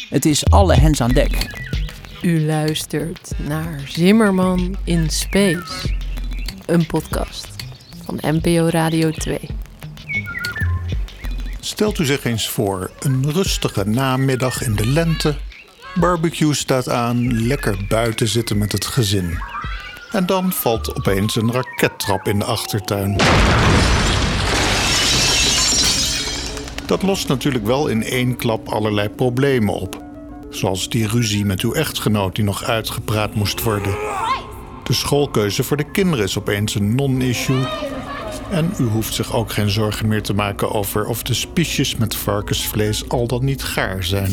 Het is alle hens aan dek. U luistert naar Zimmerman in Space. Een podcast van NPO Radio 2. Stelt u zich eens voor, een rustige namiddag in de lente. Barbecue staat aan, lekker buiten zitten met het gezin. En dan valt opeens een rakettrap in de achtertuin. Dat lost natuurlijk wel in één klap allerlei problemen op. Zoals die ruzie met uw echtgenoot die nog uitgepraat moest worden. De schoolkeuze voor de kinderen is opeens een non-issue. En u hoeft zich ook geen zorgen meer te maken over of de spiesjes met varkensvlees al dan niet gaar zijn.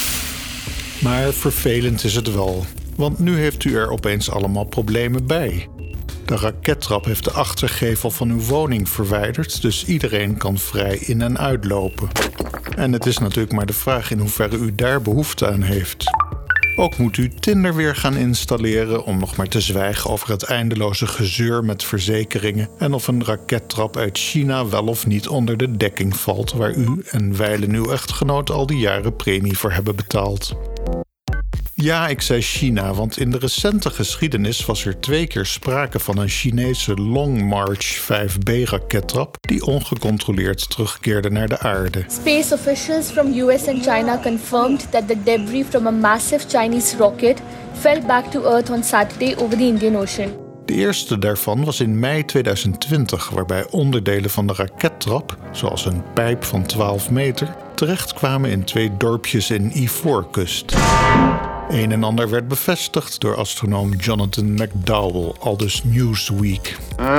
Maar vervelend is het wel, want nu heeft u er opeens allemaal problemen bij. De rakettrap heeft de achtergevel van uw woning verwijderd, dus iedereen kan vrij in- en uitlopen. En het is natuurlijk maar de vraag in hoeverre u daar behoefte aan heeft. Ook moet u Tinder weer gaan installeren om nog maar te zwijgen over het eindeloze gezeur met verzekeringen en of een rakettrap uit China wel of niet onder de dekking valt waar u en wijlen uw echtgenoot al die jaren premie voor hebben betaald. Ja, ik zei China, want in de recente geschiedenis was er 2 keer sprake van een Chinese Long March 5B-rakettrap die ongecontroleerd terugkeerde naar de aarde. Space officials from US and China confirmed that the debris from a massive Chinese rocket fell back to Earth on Saturday over the Indian Ocean. De eerste daarvan was in mei 2020, waarbij onderdelen van de rakettrap, zoals een pijp van 12 meter, terechtkwamen in 2 dorpjes in Ivoorkust. Een en ander werd bevestigd door astronoom Jonathan McDowell, aldus Newsweek.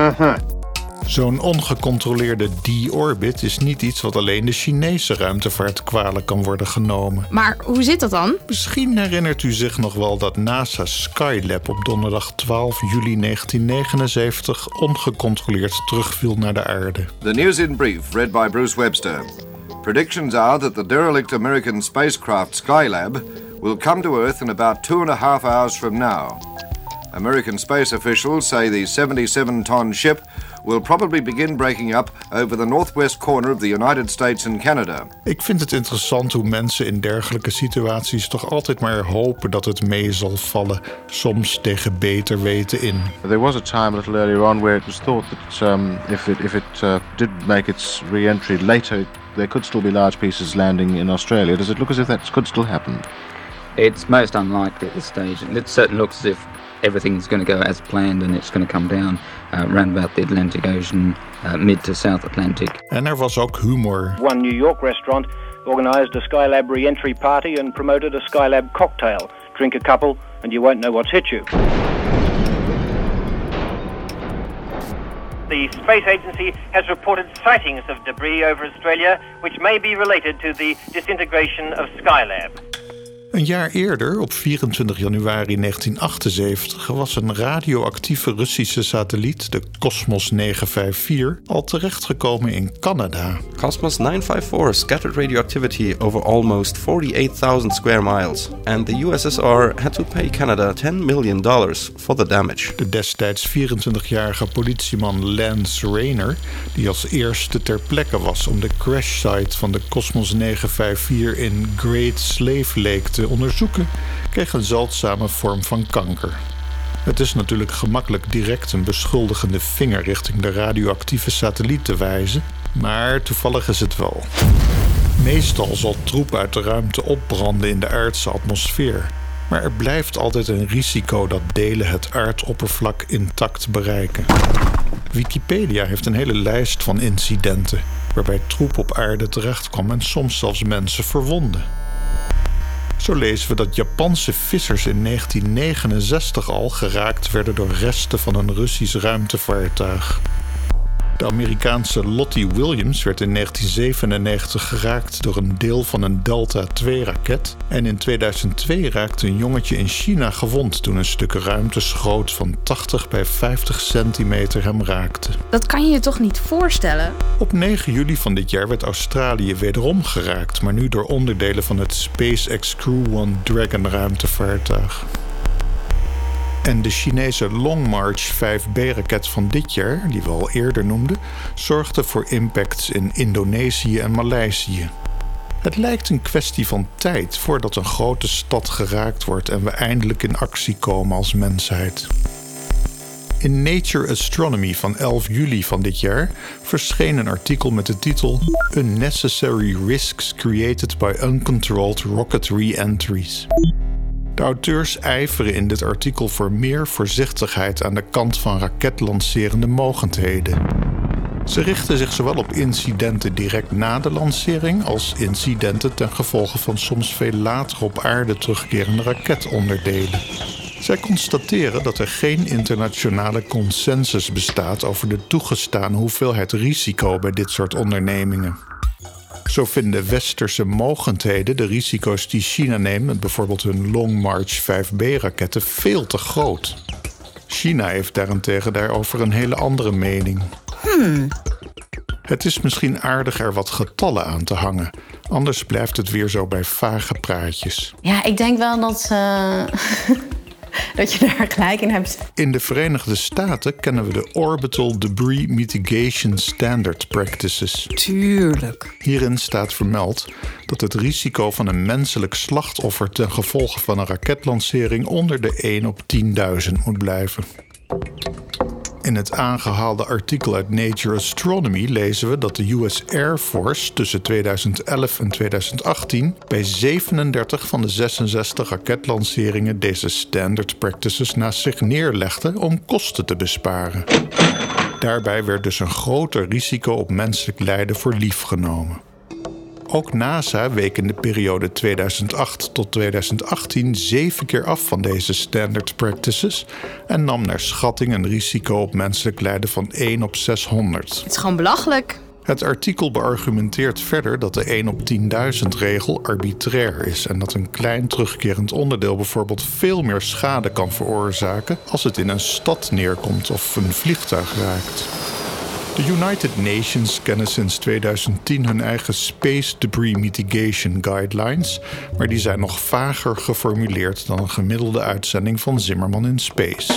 Zo'n ongecontroleerde D-orbit is niet iets wat alleen de Chinese ruimtevaart kwalijk kan worden genomen. Maar hoe zit dat dan? Misschien herinnert u zich nog wel dat NASA Skylab op donderdag 12 juli 1979 ongecontroleerd terugviel naar de aarde. The news in brief, read by Bruce Webster. Predictions are that the derelict American spacecraft Skylab will come to Earth in about 2.5 hours from now. American space officials say the 77-ton ship will probably begin breaking up over the northwest corner of the United States and Canada. Ik vind het interessant hoe mensen in dergelijke situaties toch altijd maar hopen dat het mee zal vallen, soms tegen beter weten in. There was a time a little earlier on where it was thought that if it did make its re-entry later, there could still be large pieces landing in Australia. Does it look as if that could still happen? It's most unlikely at this stage. It certainly looks as if everything's going to go as planned and it's going to come down round about the Atlantic Ocean, mid to South Atlantic. En er was ook humor. One New York restaurant organized a Skylab re-entry party and promoted a Skylab cocktail. Drink a couple and you won't know what's hit you. The Space Agency has reported sightings of debris over Australia which may be related to the disintegration of Skylab. Een jaar eerder, op 24 januari 1978, was een radioactieve Russische satelliet, de Cosmos 954, al terechtgekomen in Canada. Cosmos 954 scattered radioactivity over almost 48,000 square miles, and the USSR had to pay Canada $10 million for the damage. De destijds 24-jarige politieman Lance Rayner, die als eerste ter plekke was om de crashsite van de Cosmos 954 in Great Slave Lake te onderzoeken, kreeg een zeldzame vorm van kanker. Het is natuurlijk gemakkelijk direct een beschuldigende vinger richting de radioactieve satelliet te wijzen, maar toevallig is het wel. Meestal zal troep uit de ruimte opbranden in de aardse atmosfeer, maar er blijft altijd een risico dat delen het aardoppervlak intact bereiken. Wikipedia heeft een hele lijst van incidenten waarbij troep op aarde terechtkwam en soms zelfs mensen verwondde. Zo lezen we dat Japanse vissers in 1969 al geraakt werden door resten van een Russisch ruimtevaartuig. De Amerikaanse Lottie Williams werd in 1997 geraakt door een deel van een Delta II-raket. En in 2002 raakte een jongetje in China gewond toen een stuk ruimteschroot van 80 bij 50 centimeter hem raakte. Dat kan je je toch niet voorstellen? Op 9 juli van dit jaar werd Australië wederom geraakt, maar nu door onderdelen van het SpaceX Crew One Dragon ruimtevaartuig. En de Chinese Long March 5B-raket van dit jaar, die we al eerder noemden, zorgde voor impacts in Indonesië en Maleisië. Het lijkt een kwestie van tijd voordat een grote stad geraakt wordt en we eindelijk in actie komen als mensheid. In Nature Astronomy van 11 juli van dit jaar verscheen een artikel met de titel Unnecessary Risks Created by Uncontrolled Rocket Re-entries. De auteurs ijveren in dit artikel voor meer voorzichtigheid aan de kant van raketlancerende mogendheden. Ze richten zich zowel op incidenten direct na de lancering als incidenten ten gevolge van soms veel later op aarde terugkerende raketonderdelen. Zij constateren dat er geen internationale consensus bestaat over de toegestane hoeveelheid risico bij dit soort ondernemingen. Zo vinden westerse mogendheden de risico's die China neemt met bijvoorbeeld hun Long March 5B-raketten veel te groot. China heeft daarentegen daarover een hele andere mening. Het is misschien aardig er wat getallen aan te hangen. Anders blijft het weer zo bij vage praatjes. Ja, ik denk wel dat dat je daar gelijk in hebt. In de Verenigde Staten kennen we de Orbital Debris Mitigation Standard Practices. Tuurlijk. Hierin staat vermeld dat het risico van een menselijk slachtoffer ten gevolge van een raketlancering onder de 1 op 10.000 moet blijven. In het aangehaalde artikel uit Nature Astronomy lezen we dat de US Air Force tussen 2011 en 2018 bij 37 van de 66 raketlanceringen deze standard practices naast zich neerlegde om kosten te besparen. Daarbij werd dus een groter risico op menselijk lijden voor lief genomen. Ook NASA week in de periode 2008 tot 2018 7 keer af van deze standard practices en nam naar schatting een risico op menselijk lijden van 1 op 600. Het is gewoon belachelijk. Het artikel beargumenteert verder dat de 1 op 10.000 regel arbitrair is en dat een klein terugkerend onderdeel bijvoorbeeld veel meer schade kan veroorzaken als het in een stad neerkomt of een vliegtuig raakt. De United Nations kennen sinds 2010 hun eigen Space Debris Mitigation Guidelines, maar die zijn nog vager geformuleerd dan een gemiddelde uitzending van Zimmerman in Space.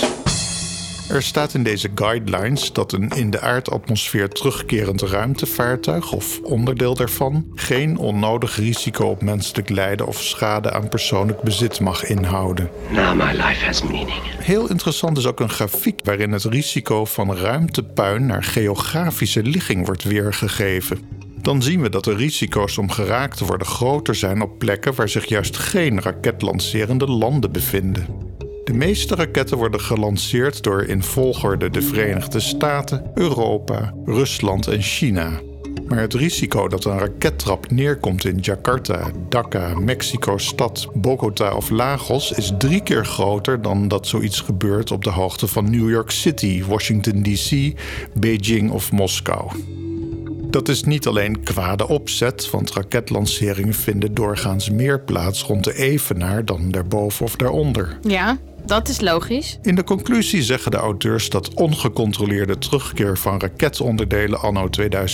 Er staat in deze guidelines dat een in de aardatmosfeer terugkerend ruimtevaartuig of onderdeel daarvan geen onnodig risico op menselijk lijden of schade aan persoonlijk bezit mag inhouden. Now my life has meaning. Heel interessant is ook een grafiek waarin het risico van ruimtepuin naar geografische ligging wordt weergegeven. Dan zien we dat de risico's om geraakt te worden groter zijn op plekken waar zich juist geen raketlancerende landen bevinden. De meeste raketten worden gelanceerd door in volgorde de Verenigde Staten, Europa, Rusland en China. Maar het risico dat een rakettrap neerkomt in Jakarta, Dhaka, Mexico-stad, Bogota of Lagos is 3 keer groter dan dat zoiets gebeurt op de hoogte van New York City, Washington D.C., Beijing of Moskou. Dat is niet alleen kwade opzet, want raketlanceringen vinden doorgaans meer plaats rond de evenaar dan daarboven of daaronder. Ja, dat is logisch. In de conclusie zeggen de auteurs dat ongecontroleerde terugkeer van raketonderdelen anno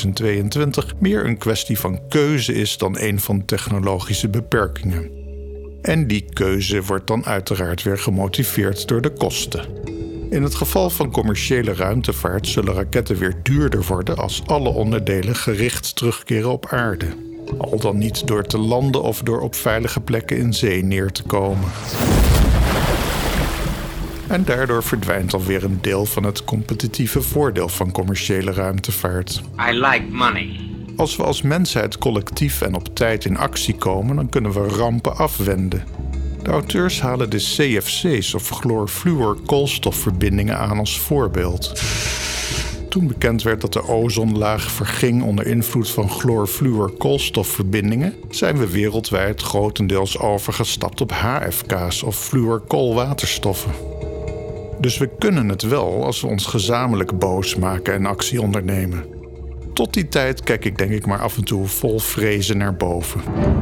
2022 meer een kwestie van keuze is dan een van technologische beperkingen. En die keuze wordt dan uiteraard weer gemotiveerd door de kosten. In het geval van commerciële ruimtevaart zullen raketten weer duurder worden als alle onderdelen gericht terugkeren op aarde. Al dan niet door te landen of door op veilige plekken in zee neer te komen. En daardoor verdwijnt alweer een deel van het competitieve voordeel van commerciële ruimtevaart. I like money. Als we als mensheid collectief en op tijd in actie komen, dan kunnen we rampen afwenden. De auteurs halen de CFC's of chloorfluorkoolstofverbindingen aan als voorbeeld. Toen bekend werd dat de ozonlaag verging onder invloed van chloorfluorkoolstofverbindingen, zijn we wereldwijd grotendeels overgestapt op HFK's of fluorkoolwaterstoffen. Dus we kunnen het wel als we ons gezamenlijk boos maken en actie ondernemen. Tot die tijd kijk ik denk ik maar af en toe vol vrezen naar boven.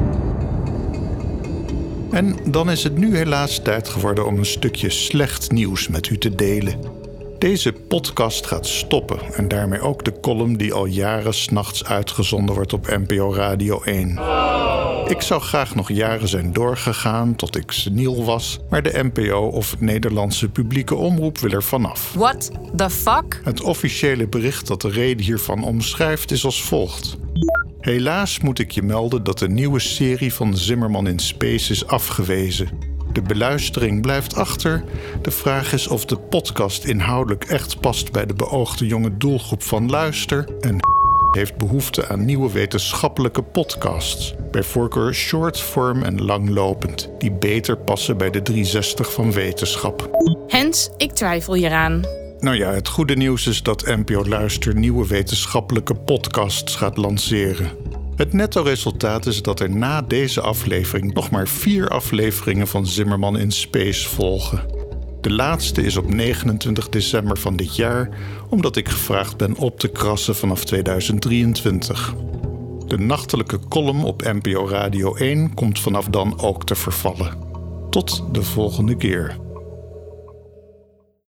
En dan is het nu helaas tijd geworden om een stukje slecht nieuws met u te delen. Deze podcast gaat stoppen en daarmee ook de column die al jaren 's nachts uitgezonden wordt op NPO Radio 1. Ik zou graag nog jaren zijn doorgegaan tot ik seniel was, maar de NPO of het Nederlandse publieke omroep wil er vanaf. What the fuck? Het officiële bericht dat de reden hiervan omschrijft is als volgt. Helaas moet ik je melden dat de nieuwe serie van Zimmerman in Space is afgewezen. De beluistering blijft achter. De vraag is of de podcast inhoudelijk echt past bij de beoogde jonge doelgroep van Luister. En heeft behoefte aan nieuwe wetenschappelijke podcasts. Bij voorkeur shortform en langlopend, die beter passen bij de 360 van wetenschap. Hens, ik twijfel hieraan. Nou ja, het goede nieuws is dat NPO Luister nieuwe wetenschappelijke podcasts gaat lanceren. Het netto resultaat is dat er na deze aflevering nog maar 4 afleveringen van Zimmerman in Space volgen. De laatste is op 29 december van dit jaar, omdat ik gevraagd ben op te krassen vanaf 2023. De nachtelijke column op NPO Radio 1 komt vanaf dan ook te vervallen. Tot de volgende keer.